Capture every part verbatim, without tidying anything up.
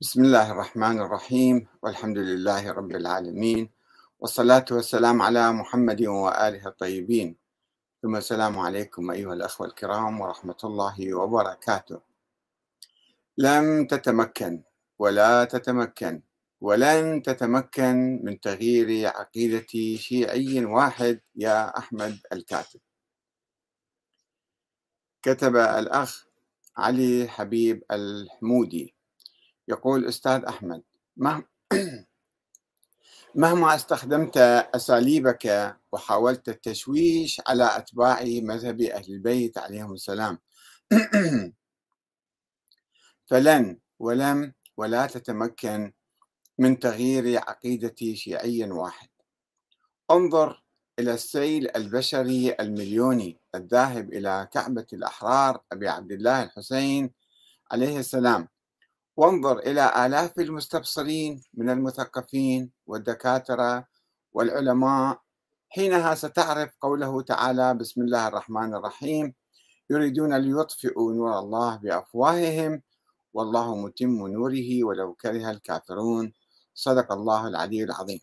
بسم الله الرحمن الرحيم والحمد لله رب العالمين والصلاة والسلام على محمد وآله الطيبين ثم السلام عليكم أيها الأخوة الكرام ورحمة الله وبركاته. لم تتمكن ولا تتمكن ولن تتمكن من تغيير عقيدة شيعي واحد يا أحمد الكاتب. كتب الأخ علي حبيب الحمودي يقول: أستاذ أحمد، مهما مهما استخدمت أساليبك وحاولت التشويش على أتباع مذهب أهل البيت عليهم السلام فلن ولم ولا تتمكن من تغيير عقيدة شيعي واحد. انظر إلى السيل البشري المليوني الذاهب إلى كعبة الأحرار أبي عبد الله الحسين عليه السلام، وانظر إلى آلاف المستبصرين من المثقفين والدكاترة والعلماء، حينها ستعرف قوله تعالى: بسم الله الرحمن الرحيم، يريدون ليطفئوا نور الله بأفواههم والله متم نوره ولو كره الكافرون. صدق الله العلي العظيم.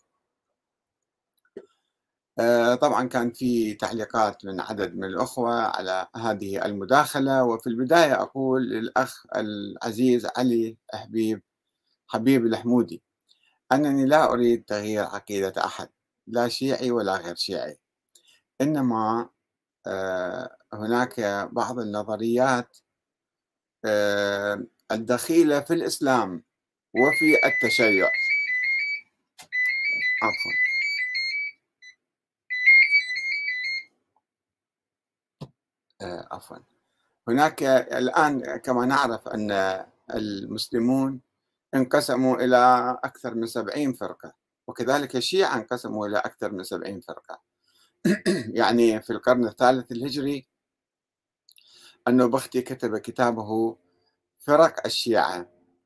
آه، طبعا كان في تعليقات من عدد من الأخوة على هذه المداخلة، وفي البداية أقول للأخ العزيز علي حبيب حبيب الحمودي أنني لا أريد تغيير عقيدة أحد، لا شيعي ولا غير شيعي، إنما آه، هناك بعض النظريات آه، الدخيلة في الإسلام وفي التشيع. عفوا آه، عفوا هناك الآن كما نعرف أن المسلمون انقسموا إلى أكثر من سبعين فرقة، وكذلك الشيعة انقسموا إلى أكثر من سبعين فرقة. يعني في القرن الثالث الهجري النوبختي كتب كتابه فرق الشيعة،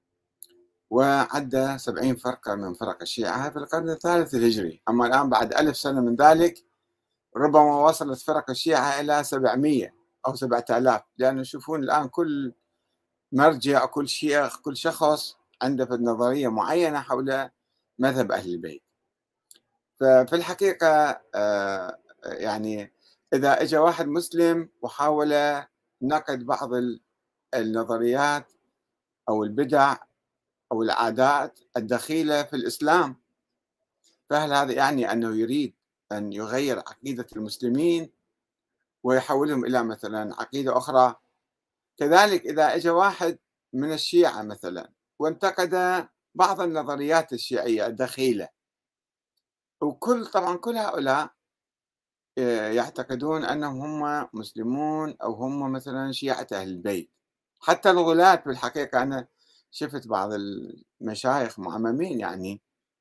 وعد سبعين فرقة من فرق الشيعة في القرن الثالث الهجري. أما الآن بعد ألف سنة من ذلك ربما وصلت فرق الشيعة إلى سبعمية أو سبعة آلاف، لأنه يشوفون الآن كل مرجع كل شيخ كل شخص عنده نظرية معينة حول مذهب أهل البيت. ففي الحقيقة آه، يعني إذا إجا واحد مسلم وحاول نقد بعض النظريات أو البدع أو العادات الدخيلة في الإسلام، فهل هذا يعني أنه يريد أن يغير عقيدة المسلمين ويحولهم إلى مثلا عقيدة أخرى؟ كذلك إذا إجا واحد من الشيعة مثلا وانتقد بعض النظريات الشيعية الدخيلة، وكل طبعا كل هؤلاء آه، يعتقدون أنهم هم مسلمون أو هم مثلا شيعة أهل البيت. حتى الغلاة بالحقيقة أنا شفت بعض المشايخ معممين يعني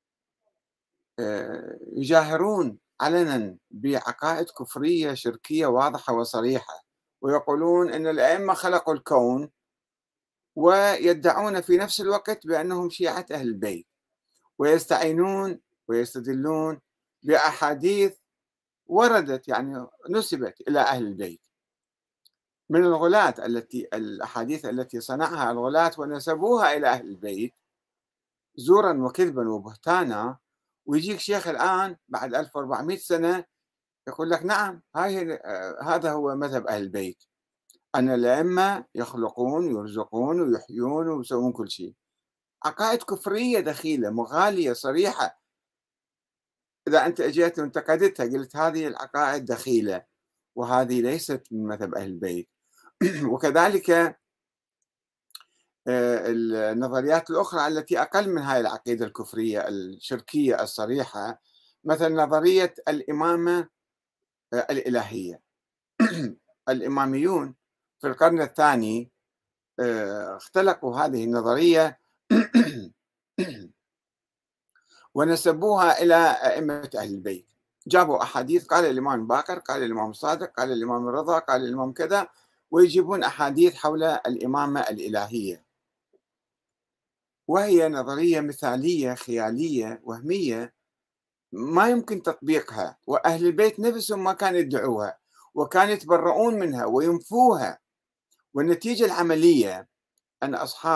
آه، يجاهرون علنا بعقائد كفرية شركية واضحة وصريحة، ويقولون أن الأئمة خلقوا الكون، ويدعون في نفس الوقت بأنهم شيعة أهل البيت، ويستعينون ويستدلون بأحاديث وردت يعني نسبت إلى أهل البيت من الغلاة، التي الأحاديث التي صنعها الغلاة ونسبوها إلى أهل البيت زورا وكذبا وبهتانا. ويجيك شيخ الآن بعد ألف وأربعمئة سنة يقول لك نعم هاي آه، هذا هو مذهب أهل البيت، أن الأئمة يخلقون ويرزقون ويحيون ويسوون كل شيء. عقائد كفرية دخيلة مغالية صريحة. إذا أنت أجيت وانتقدتها قلت هذه العقائد دخيلة وهذه ليست من مذهب أهل البيت. وكذلك آه، النظريات الأخرى التي أقل من هذه العقيدة الكفرية الشركية الصريحة، مثل نظرية الإمامة آه، الإلهية. الإماميون في القرن الثاني آه، اختلقوا هذه النظرية ونسبوها إلى أئمة أهل البيت. جابوا أحاديث، قال الإمام باكر، قال الإمام صادق، قال الإمام الرضا، قال الإمام كذا، ويجيبون أحاديث حول الإمامة الإلهية، وهي نظرية مثالية خيالية وهمية ما يمكن تطبيقها، وأهل البيت نفسهم ما كانوا يدعوها وكانوا يتبرؤون منها وينفوها. والنتيجة العملية أن أصحاب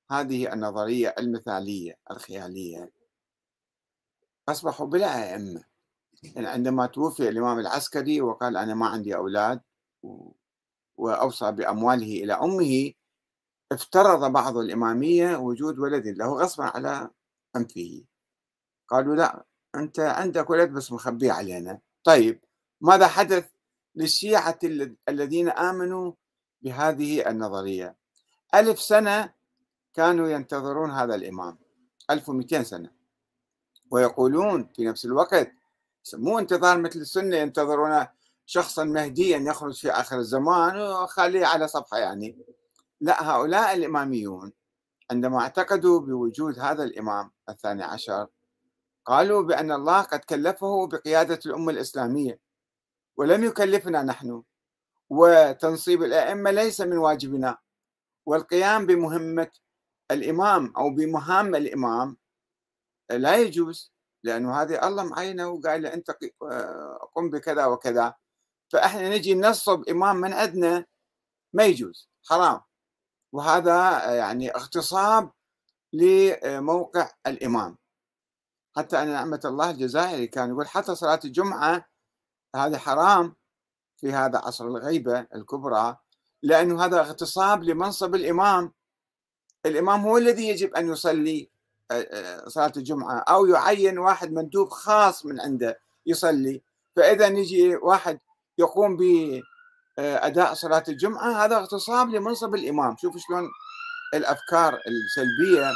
هذه النظرية المثالية الخيالية أصبحوا بلا أئمة. يعني عندما توفي الإمام العسكري وقال أنا ما عندي أولاد و- وأوصى بأمواله إلى أمه، افترض بعض الإمامية وجود ولد له غصبا على أنفه. قالوا لا، أنت عندك ولد بس مخبيه علينا. طيب ماذا حدث للشيعة ال- الذين آمنوا بهذه النظرية؟ ألف سنة كانوا ينتظرون هذا الإمام، ألف ومئتين سنة، ويقولون في نفس الوقت مو انتظار مثل السنة ينتظرون شخصا مهديا يخرج في آخر الزمان وخليه على صفحة يعني. لا، هؤلاء الإماميون عندما اعتقدوا بوجود هذا الإمام الثاني عشر قالوا بأن الله قد كلفه بقيادة الأمة الإسلامية ولم يكلفنا نحن، وتنصيب الأئمة ليس من واجبنا، والقيام بمهمة الإمام أو بمهام الإمام لا يجوز، لأنه هذه الله معينة وقال له أنت قم بكذا وكذا، فإحنا نجي ننصب إمام من عندنا ما يجوز، حرام. وهذا يعني اغتصاب لموقع الإمام. حتى أن نعمة الله الجزائري كان يقول حتى صلاة الجمعة هذا حرام في هذا عصر الغيبة الكبرى، لأنه هذا اغتصاب لمنصب الإمام. الإمام هو الذي يجب أن يصلي صلاة الجمعة أو يعين واحد مندوب خاص من عنده يصلي. فإذا يجي واحد يقوم بأداء صلاة الجمعة هذا اغتصاب لمنصب الإمام. شوفوا شلون الأفكار السلبية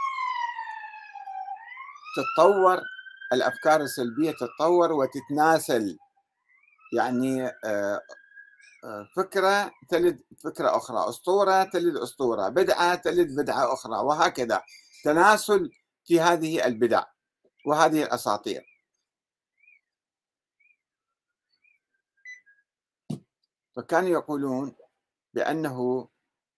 تتطور، الأفكار السلبية تتطور وتتناسل. يعني فكرة تلد فكرة أخرى، أسطورة تلد أسطورة، بدعة تلد بدعة أخرى، وهكذا تناسل في هذه البدع وهذه الأساطير. فكانوا يقولون بأنه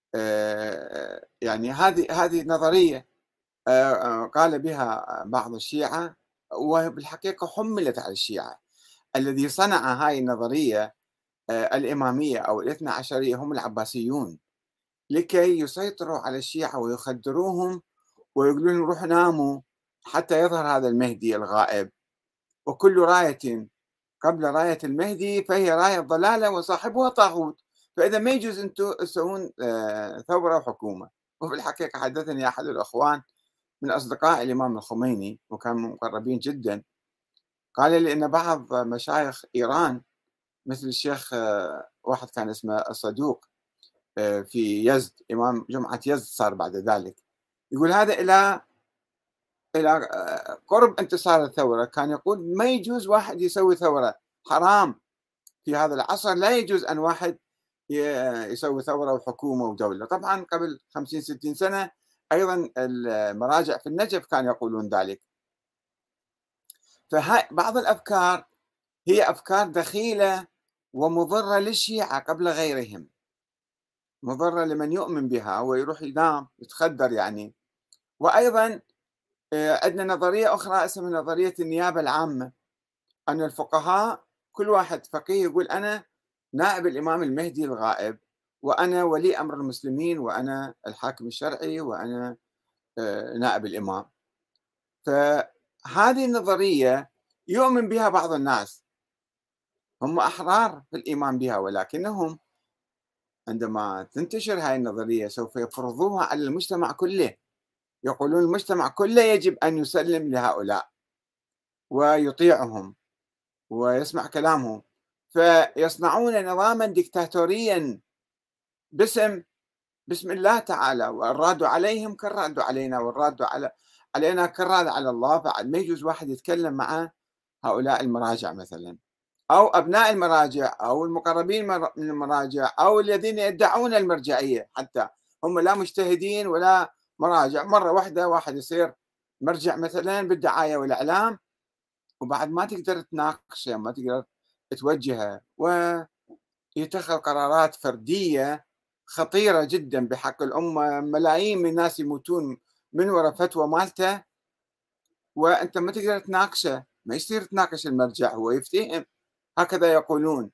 يعني هذه هذه نظرية قال بها بعض الشيعة، وبالحقيقة حملت على الشيعة. الذي صنع هاي النظرية الإمامية أو الاثنى عشرية هم العباسيون، لكي يسيطروا على الشيعة ويخدروهم ويقولون لهم روحوا ناموا حتى يظهر هذا المهدي الغائب، وكل راية قبل راية المهدي فهي راية ضلالة وصاحبها طاغوت، فإذا ما يجوز أنتم تسوون ثورة وحكومة. وفي الحقيقة حدثني أحد الأخوان من أصدقاء الإمام الخميني وكانوا مقربين جدا، قال لي أن بعض مشايخ إيران مثل الشيخ واحد كان اسمه الصدوق في يزد، إمام جمعة يزد صار بعد ذلك، يقول هذا إلى إلى قرب انتصار الثورة كان يقول ما يجوز واحد يسوي ثورة، حرام في هذا العصر، لا يجوز أن واحد يسوي ثورة وحكومة ودولة. طبعا قبل خمسين ستين سنة أيضا المراجع في النجف كانوا يقولون ذلك. فبعض الأفكار هي أفكار دخيلة ومضرة للشيعة قبل غيرهم، مضرة لمن يؤمن بها ويروح ينام يتخدر يعني. وأيضا عندنا نظرية أخرى اسمها نظرية النيابة العامة، أن الفقهاء كل واحد فقيه يقول أنا نائب الإمام المهدي الغائب، وأنا ولي أمر المسلمين، وأنا الحاكم الشرعي، وأنا نائب الإمام. فهذه النظرية يؤمن بها بعض الناس، هم أحرار في الإيمان بها، ولكنهم عندما تنتشر هذه النظرية سوف يفرضوها على المجتمع كله، يقولون المجتمع كله يجب أن يسلم لهؤلاء ويطيعهم ويسمع كلامهم، فيصنعون نظاما ديكتاتوريا باسم بسم الله تعالى، والراد عليهم كالراد علينا، والراد على علينا كالراد على الله. بعد ما يجوز واحد يتكلم مع هؤلاء المراجع مثلا، أو أبناء المراجع أو المقربين من المراجع أو الذين يدعون المرجعية، حتى هم لا مجتهدين ولا مراجع، مرة واحدة واحد يصير مرجع مثلا بالدعاية والإعلام، وبعد ما تقدر تناقشه، ما تقدر توجهه، ويتخذ قرارات فردية خطيرة جدا بحق الأمة. ملايين من الناس يموتون من وراء فتوى مالته، وأنت ما تقدر تناقشه، ما يصير تناقش المرجع، هو يفتهم، هكذا يقولون.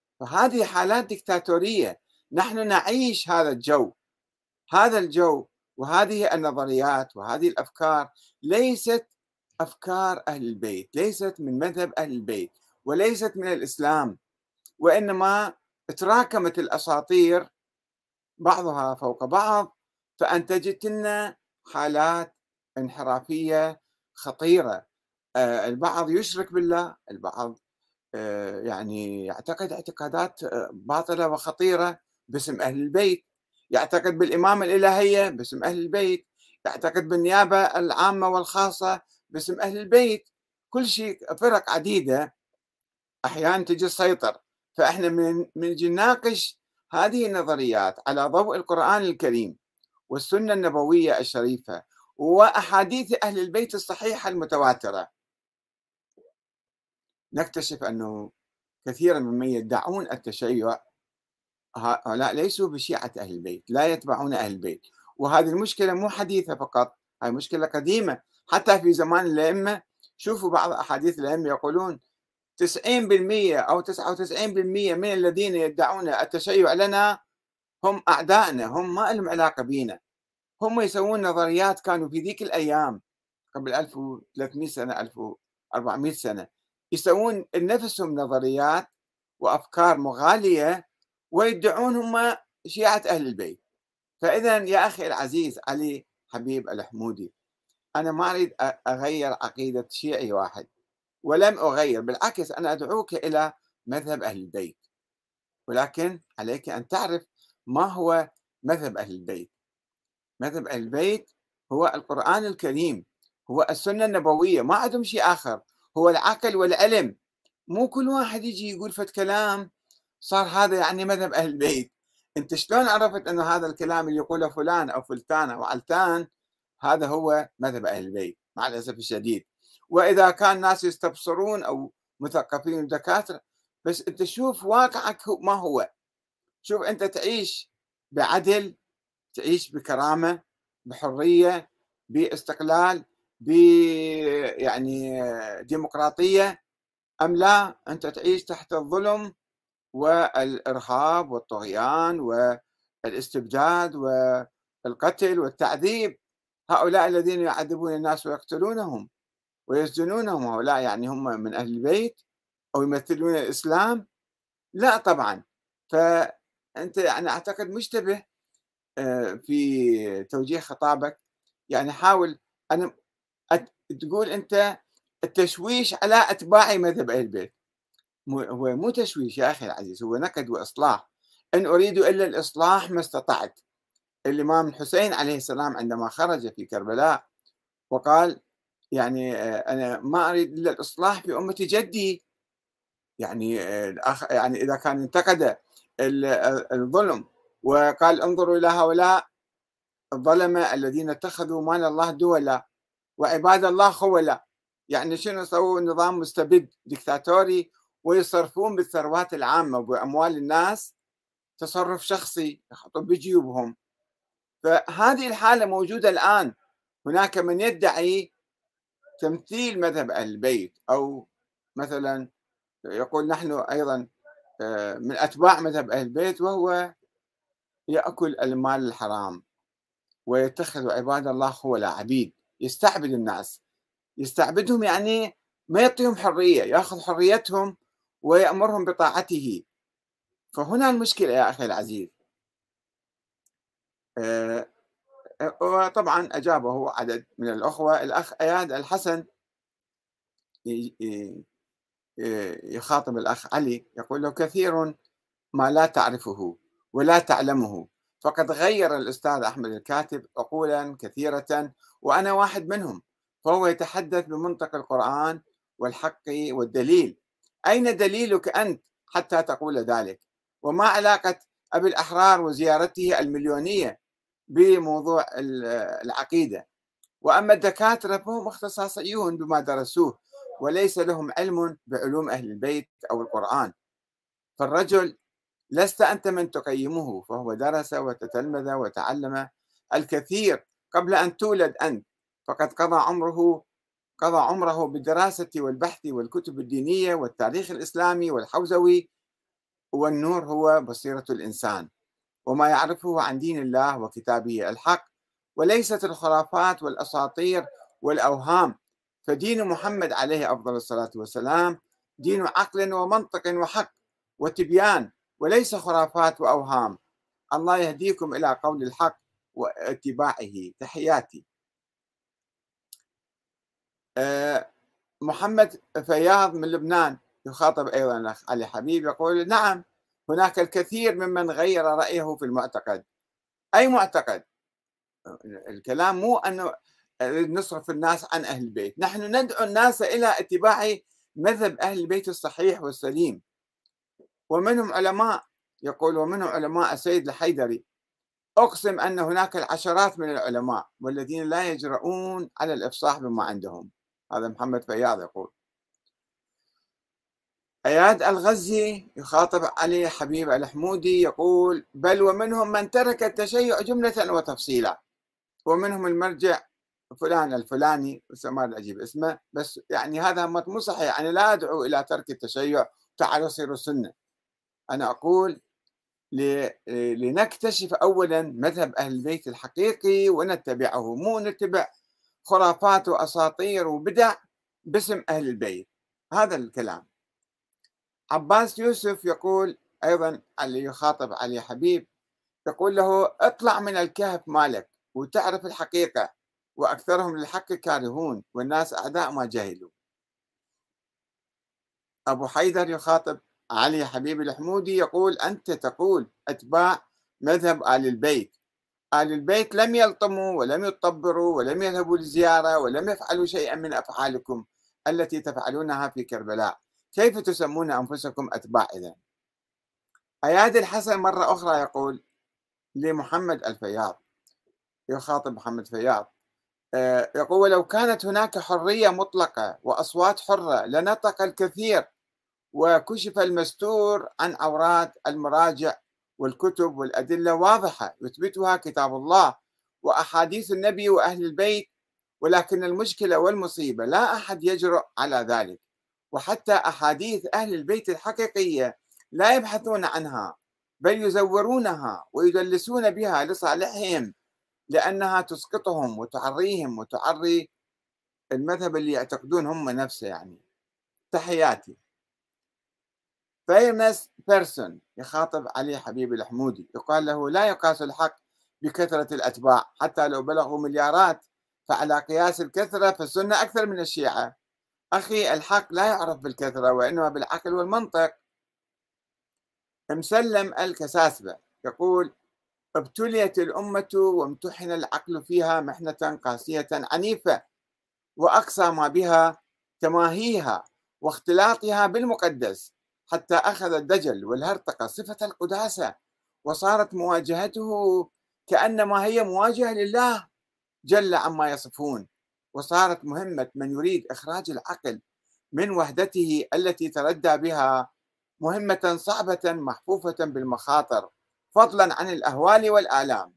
فهذه حالات ديكتاتورية، نحن نعيش هذا الجو. هذا الجو وهذه النظريات وهذه الأفكار ليست أفكار أهل البيت، ليست من مذهب أهل البيت، وليست من الإسلام، وإنما تراكمت الأساطير بعضها فوق بعض، فأنتجت لنا حالات انحرافية خطيرة. آه، البعض يشرك بالله، البعض آه، يعني يعتقد اعتقادات آه، باطلة وخطيرة باسم أهل البيت، يعتقد بالإمامة الإلهية باسم أهل البيت، يعتقد بالنيابة العامة والخاصة باسم أهل البيت. كل شيء فرق عديدة أحيانا تجي تسيطر. فإحنا من من نجي نناقش هذه النظريات على ضوء القرآن الكريم والسنة النبوية الشريفة وأحاديث أهل البيت الصحيحة المتواترة، نكتشف أنه كثيرا ممن يدعون التشيع هؤلاء ليسوا بشيعة أهل البيت، لا يتبعون أهل البيت. وهذه المشكلة مو حديثة فقط، هذه مشكلة قديمة حتى في زمان الأئمة. شوفوا بعض أحاديث الأئمة يقولون تسعين بالمئة أو تسعة وتسعين بالمئة من الذين يدعون التشيع لنا هم أعدائنا، هم ما لهم علاقة بينا، هم يسوون نظريات كانوا في ذيك الأيام قبل ألف وثلاثمئة سنة ألف وأربعمئة سنة يسوون لنفسهم نظريات وأفكار مغالية ويدعون هم شيعة أهل البيت. فإذا يا أخي العزيز علي حبيب الحمودي، أنا ما أريد أغير عقيدة شيعي واحد، ولم أغير، بالعكس أنا أدعوك إلى مذهب أهل البيت، ولكن عليك أن تعرف ما هو مذهب أهل البيت. مذهب أهل البيت هو القرآن الكريم، هو السنة النبوية، ما عندهم شيء آخر، هو العقل والعلم. مو كل واحد يجي يقول فت كلام صار هذا يعني مذهب أهل البيت. أنت شلون عرفت أن هذا الكلام اللي يقوله فلان أو فلتان أو علتان هذا هو مذهب أهل البيت؟ مع الأسف الشديد. وإذا كان ناس يستبصرون أو مثقفين ودكاترة، بس أنت شوف واقعك ما هو. شوف أنت تعيش بعدل، تعيش بكرامة، بحرية، باستقلال، ب يعني ديمقراطية، أم لا أنت تعيش تحت الظلم والإرهاب والطغيان والاستبداد والقتل والتعذيب؟ هؤلاء الذين يعذبون الناس ويقتلونهم ويسجنونهم، هؤلاء يعني هم من أهل البيت أو يمثلون الإسلام؟ لا طبعا. فأنت يعني أعتقد مشتبه آه، في توجيه خطابك. يعني حاول أن أت- تقول أنت التشويش على أتباع مذهب أهل البيت. مو- هو مو تشويش يا أخي العزيز، هو نكد وإصلاح. إن أريد إلا الإصلاح ما استطعت. الإمام الحسين عليه السلام عندما خرج في كربلاء وقال يعني آه، أنا ما أريد إلا الإصلاح في أمة جدي. يعني آه، الأخ يعني إذا كان انتقد ال- الظلم وقال انظروا إلى هؤلاء الظلمة الذين اتخذوا مال الله دولا وعباد الله خولا، يعني شنو سووا؟ نظام مستبد ديكتاتوري، ويصرفون بالثروات العامة وبأموال الناس تصرف شخصي يحطون بجيوبهم. فهذه الحالة موجودة الآن. هناك من يدعي تمثيل مذهب أهل البيت، أو مثلا يقول نحن أيضا آه، من أتباع مذهب أهل البيت، وهو يأكل المال الحرام ويتخذ عباد الله خولا عبيد، يستعبد الناس، يستعبدهم يعني ما يعطيهم حرية، يأخذ حريتهم ويأمرهم بطاعته. فهنا المشكلة يا أخي العزيز. آه، وطبعا أجابه عدد من الأخوة. الأخ أياد الحسن ي- ي- يخاطب الأخ علي يقول له كثير ما لا تعرفه ولا تعلمه، فقد غير الأستاذ أحمد الكاتب عقولا كثيرة وأنا واحد منهم، فهو يتحدث بمنطق القرآن والحق والدليل. أين دليلك أنت حتى تقول ذلك؟ وما علاقة أبي الأحرار وزيارته المليونية بموضوع العقيدة؟ وأما الدكاترة فهم اختصاصيون بما درسوه وليس لهم علم بعلوم أهل البيت أو القرآن. فالرجل لست أنت من تقيمه، فهو درس وتتلمذ وتعلم الكثير قبل أن تولد أنت، فقد قضى عمره قضى عمره بالدراسة والبحث والكتب الدينية والتاريخ الإسلامي والحوزوي. والنور هو بصيرة الإنسان وما يعرفه عن دين الله وكتابه الحق وليست الخرافات والأساطير والأوهام. فدين محمد عليه أفضل الصلاة والسلام دين عقل ومنطق وحق وتبيان، وليس خرافات وأوهام. الله يهديكم إلى قول الحق واتباعه. تحياتي. أه محمد فياض من لبنان يخاطب أيضا الأخ علي حبيب، يقول: نعم، هناك الكثير ممن غير رأيه في المعتقد. أي معتقد؟ الكلام مو أنه نصرف الناس عن أهل البيت، نحن ندعو الناس إلى اتباع مذهب أهل البيت الصحيح والسليم، ومنهم علماء، يقول ومنهم علماء السيد الحيدري: أقسم أن هناك العشرات من العلماء والذين لا يجرؤون على الإفصاح بما عندهم. هذا محمد فياض يقول. أياد الغزي يخاطب علي حبيب الحمودي، يقول: بل ومنهم من ترك التشيع جملة وتفصيلا، ومنهم المرجع فلان الفلاني، ما أجيب اسمه، بس يعني هذا مو صحيح. أنا لا أدعو إلى ترك التشيع، تعالوا صيروا سنة. أنا أقول لنكتشف أولا مذهب أهل البيت الحقيقي ونتبعه، مو نتبع خرافات وأساطير وبدع باسم أهل البيت. هذا الكلام. عباس يوسف يقول أيضا، اللي يخاطب علي حبيب، يقول له: اطلع من الكهف مالك وتعرف الحقيقة، وأكثرهم للحق كارهون والناس أعداء ما جهلوا. أبو حيدر يخاطب علي حبيب الحمودي، يقول: أنت تقول أتباع مذهب آل البيت. آل البيت لم يلطموا ولم يطبروا ولم يذهبوا للزيارة ولم يفعلوا شيئا من أفعالكم التي تفعلونها في كربلاء، كيف تسمون أنفسكم أتباع إذن؟ أياد الحسن مرة أخرى يقول لمحمد الفياض، يخاطب محمد فياض، يقول: ولو كانت هناك حرية مطلقة وأصوات حرة لنطق الكثير وكشف المستور عن عورات المراجع والكتب والأدلة واضحة يثبتها كتاب الله وأحاديث النبي وأهل البيت، ولكن المشكلة والمصيبة لا أحد يجرؤ على ذلك، وحتى أحاديث أهل البيت الحقيقية لا يبحثون عنها، بل يزورونها ويدلسون بها لصالحهم، لأنها تسقطهم وتعريهم وتعري المذهب اللي يعتقدون هم نفسه. يعني تحياتي. فيرنس بيرسون يخاطب علي حبيب الحمودي، يقال له: لا يقاس الحق بكثرة الأتباع حتى لو بلغوا مليارات، فعلى قياس الكثرة فالسنة أكثر من الشيعة. أخي، الحق لا يعرف بالكثرة وإنما بالعقل والمنطق. مسلم الكساسبة يقول: ابتليت الأمة وامتحن العقل فيها محنة قاسية عنيفة، وأقصى ما بها تماهيها واختلاطها بالمقدس، حتى أخذ الدجل والهرطقة صفة القداسة، وصارت مواجهته كأنما هي مواجهة لله جل عما يصفون، وصارت مهمة من يريد إخراج العقل من وحدته التي تردى بها مهمة صعبة محفوفة بالمخاطر، فضلا عن الأهوال والآلام.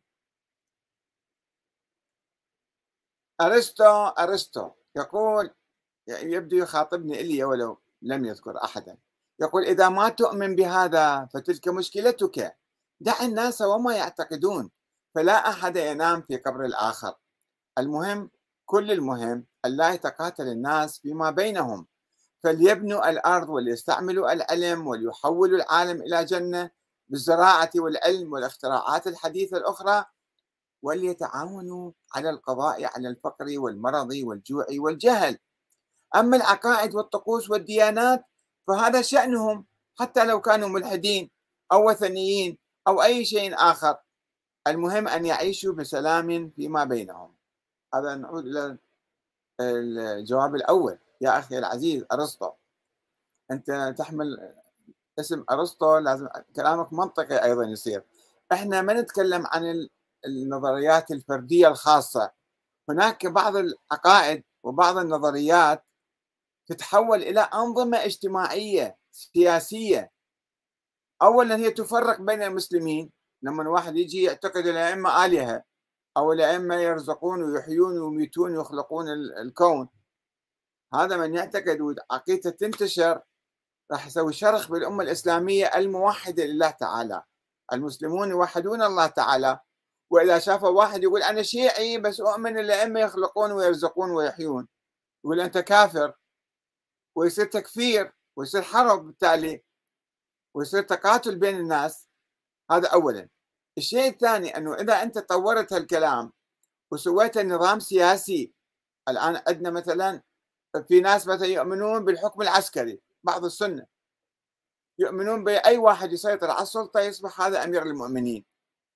أرسطو أرسطو يقول، يبدو يخاطبني إلي ولو لم يذكر أحدا، يقول: إذا ما تؤمن بهذا فتلك مشكلتك، دع الناس وما يعتقدون، فلا أحد ينام في قبر الآخر. المهم، كل المهم أن لا يتقاتل الناس فيما بينهم، فليبنوا الأرض وليستعملوا العلم وليحولوا العالم إلى جنة بالزراعة والعلم والاختراعات الحديثة الأخرى، وليتعاونوا على القضاء على الفقر والمرض والجوع والجهل. أما العقائد والطقوس والديانات فهذا شأنهم، حتى لو كانوا ملحدين أو وثنيين أو أي شيء آخر، المهم أن يعيشوا بسلام فيما بينهم. هذا نعود إلى الجواب الأول. يا أخي العزيز أرسطو، أنت تحمل اسم أرسطو، لازم كلامك منطقي أيضا يصير. إحنا ما نتكلم عن النظريات الفردية الخاصة، هناك بعض العقائد وبعض النظريات تتحول إلى أنظمة اجتماعية سياسية. أولا هي تفرق بين المسلمين، لما واحد يجي يعتقد الأئمة آلهة أو الأئمة يرزقون ويحيون ويميتون ويخلقون الكون، هذا من يعتقد وعقيدته تنتشر راح يسوي شرخ بالأمة الإسلامية الموحدة لله تعالى. المسلمون يوحدون الله تعالى وإذا شافه واحد يقول أنا شيعي بس أؤمن الأئمة يخلقون ويرزقون ويحيون، يقول أنت كافر، ويصير تكفير ويصير حرب بالتالي، ويصير تقاتل بين الناس. هذا أولا. الشيء الثاني أنه إذا أنت طورت هالكلام وسويت نظام سياسي، الآن عندنا مثلا في ناس مثلا يؤمنون بالحكم العسكري، بعض السنة يؤمنون بأي واحد يسيطر على السلطة يصبح هذا أمير المؤمنين.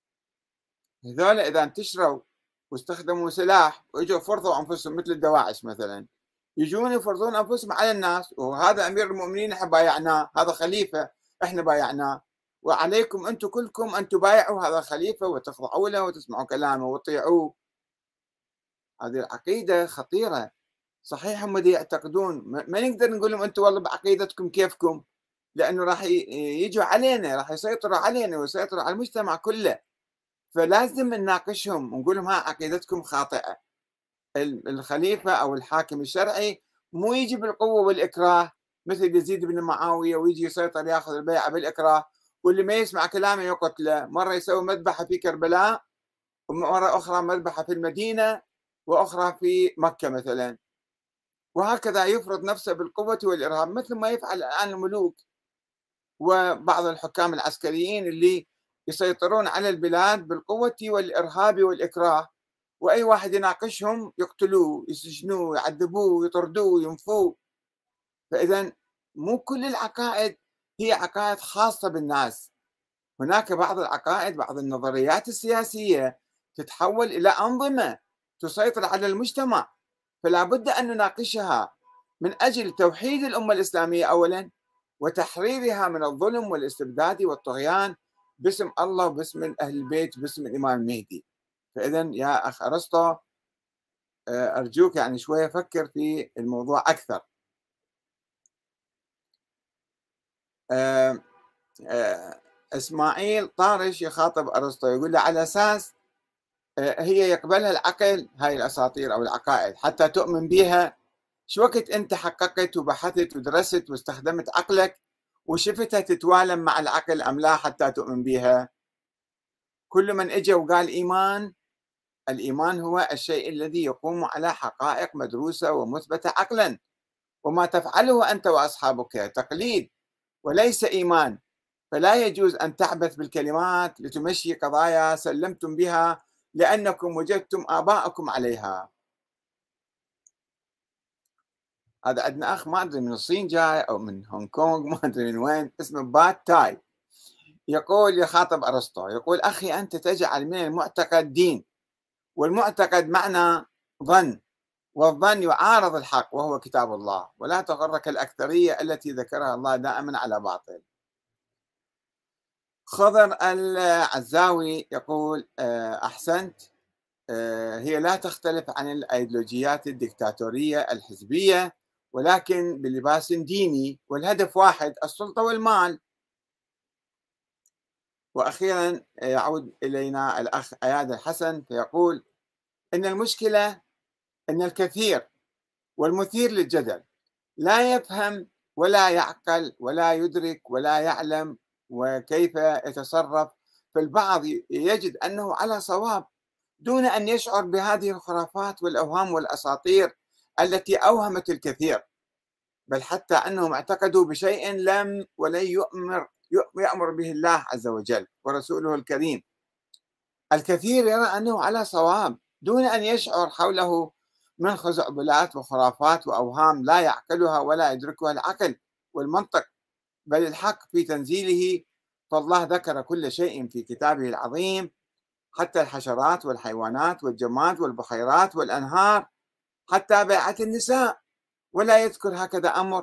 هذول إذا انتشروا واستخدموا سلاح وإجوا فرضوا أنفسهم مثل الدواعش مثلا، يجون يفرضون أنفسهم على الناس، وهذا أمير المؤمنين احنا بايعناه، هذا خليفة احنا بايعناه، وعليكم أنتم كلكم أن تبايعوا هذا الخليفة وتخضعوا له وتسمعوا كلامه وتطيعوه. هذه العقيدة خطيرة. صحيح هم دي يعتقدون، ما نقدر نقول لهم أنتم والله بعقيدتكم كيفكم، لأنه راح يجوا علينا، راح يسيطروا علينا ويسيطروا على المجتمع كله. فلازم نناقشهم ونقول لهم ها عقيدتكم خاطئة. الخليفة أو الحاكم الشرعي مو يجي بالقوة والإكراه مثل يزيد بن معاوية ويجي يسيطر ياخذ البيعة بالإكراه، واللي ما يسمع كلامه يقتله. مرة يسوي مذبحة في كربلاء، ومرة أخرى مذبحة في المدينة، وأخرى في مكة مثلا، وهكذا يفرض نفسه بالقوة والإرهاب مثل ما يفعل الآن الملوك وبعض الحكام العسكريين اللي يسيطرون على البلاد بالقوة والإرهاب والإكراه، وأي واحد يناقشهم يقتلوه يسجنوه يعذبوه يطردوه ينفوه. فإذا مو كل العقائد هي عقائد خاصة بالناس، هناك بعض العقائد، بعض النظريات السياسية تتحول إلى أنظمة تسيطر على المجتمع، فلا بد أن نناقشها من أجل توحيد الأمة الإسلامية أولا، وتحريرها من الظلم والاستبداد والطغيان باسم الله وباسم أهل البيت باسم الإمام المهدي. فإذا يا أخ أرسطو، أرجوك يعني شوية فكر في الموضوع أكثر. إسماعيل طارش يخاطب أرسطو يقول له على أساس هي يقبلها العقل هاي الأساطير أو العقائد حتى تؤمن بها، شو وقت أنت حققت وبحثت ودرست واستخدمت عقلك وشفتها تتوالم مع العقل أم لا حتى تؤمن بها؟ كل من اجى وقال إيمان، الإيمان هو الشيء الذي يقوم على حقائق مدروسة ومثبتة عقلا، وما تفعله أنت وأصحابك تقليد وليس إيمان. فلا يجوز أن تعبث بالكلمات لتمشي قضايا سلمتم بها لأنكم وجدتم آباءكم عليها. هذا عندنا أخ ما أدري من الصين جاي أو من هونغ كونغ ما أدري من وين، اسمه بات تاي، يقول يخاطب أرسطو يقول أخي أنت تجعل من المعتقد دين، والمعتقد معنى ظن، والظن يعارض الحق وهو كتاب الله، ولا تغرك الأكثرية التي ذكرها الله دائما على باطل. خضر العزاوي يقول أحسنت، هي لا تختلف عن الأيديولوجيات الدكتاتورية الحزبية ولكن بلباس ديني، والهدف واحد السلطة والمال. وأخيرا يعود إلينا الأخ أياد الحسن فيقول إن المشكلة أن الكثير والمثير للجدل لا يفهم ولا يعقل ولا يدرك ولا يعلم وكيف يتصرف، فالبعض يجد أنه على صواب دون أن يشعر بهذه الخرافات والأوهام والأساطير التي أوهمت الكثير، بل حتى أنهم اعتقدوا بشيء لم ولن يؤمر يأمر به الله عز وجل ورسوله الكريم. الكثير يرى أنه على صواب دون أن يشعر حوله من خزعبلات وخرافات وأوهام لا يعقلها ولا يدركها العقل والمنطق، بل الحق في تنزيله. فالله ذكر كل شيء في كتابه العظيم حتى الحشرات والحيوانات والجماد والبحيرات والأنهار حتى بيعة النساء، ولا يذكر هكذا أمر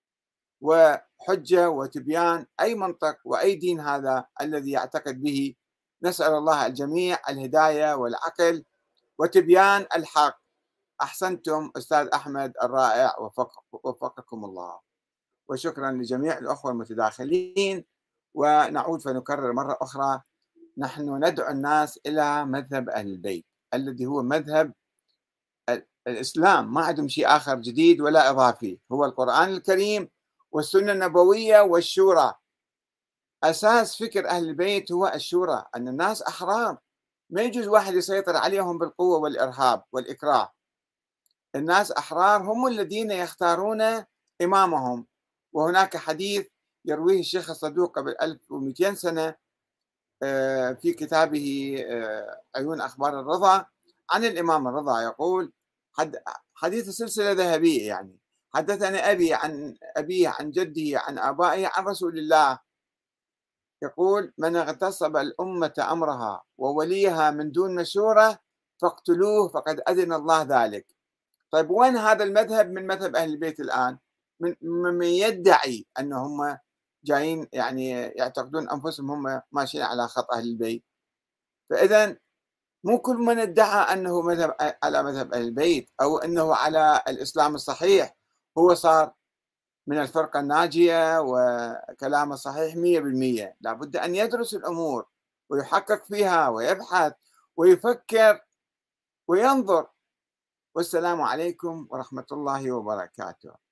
وحجة وتبيان أي منطق وأي دين هذا الذي يعتقد به. نسأل الله الجميع الهداية والعقل وتبيان الحق. أحسنتم أستاذ أحمد الرائع، وفق وفقكم الله. وشكرا لجميع الأخوة المتداخلين، ونعود فنكرر مرة أخرى، نحن ندعو الناس إلى مذهب أهل البيت الذي هو مذهب الإسلام، ما عندهم شيء آخر جديد ولا إضافي، هو القرآن الكريم والسنة النبوية والشورى. أساس فكر أهل البيت هو الشورى، أن الناس أحرار ما يجوز واحد يسيطر عليهم بالقوة والإرهاب والإكراه. الناس أحرار، هم الذين يختارون إمامهم. وهناك حديث يرويه الشيخ الصدوق قبل ألف ومئتين سنة آه، في كتابه آه، عيون أخبار الرضا عن الإمام الرضا، يقول حد حديث السلسلة ذهبية يعني: حدثني أبي عن أبيه عن جده عن آبائه عن رسول الله، يقول: من اغتصب الأمة أمرها ووليها من دون مشورة فاقتلوه فقد أذن الله ذلك. طيب وين هذا المذهب من مذهب أهل البيت الآن؟ من من يدعي أنهم جايين يعني يعتقدون أنفسهم هم ماشيين على خط أهل البيت. فإذا مو كل من ادعى أنه مذهب على مذهب أهل البيت أو أنه على الإسلام الصحيح هو صار من الفرقة الناجية وكلامه صحيح مية بالمية. لابد أن يدرس الأمور ويحقق فيها ويبحث ويفكر وينظر. والسلام عليكم ورحمة الله وبركاته.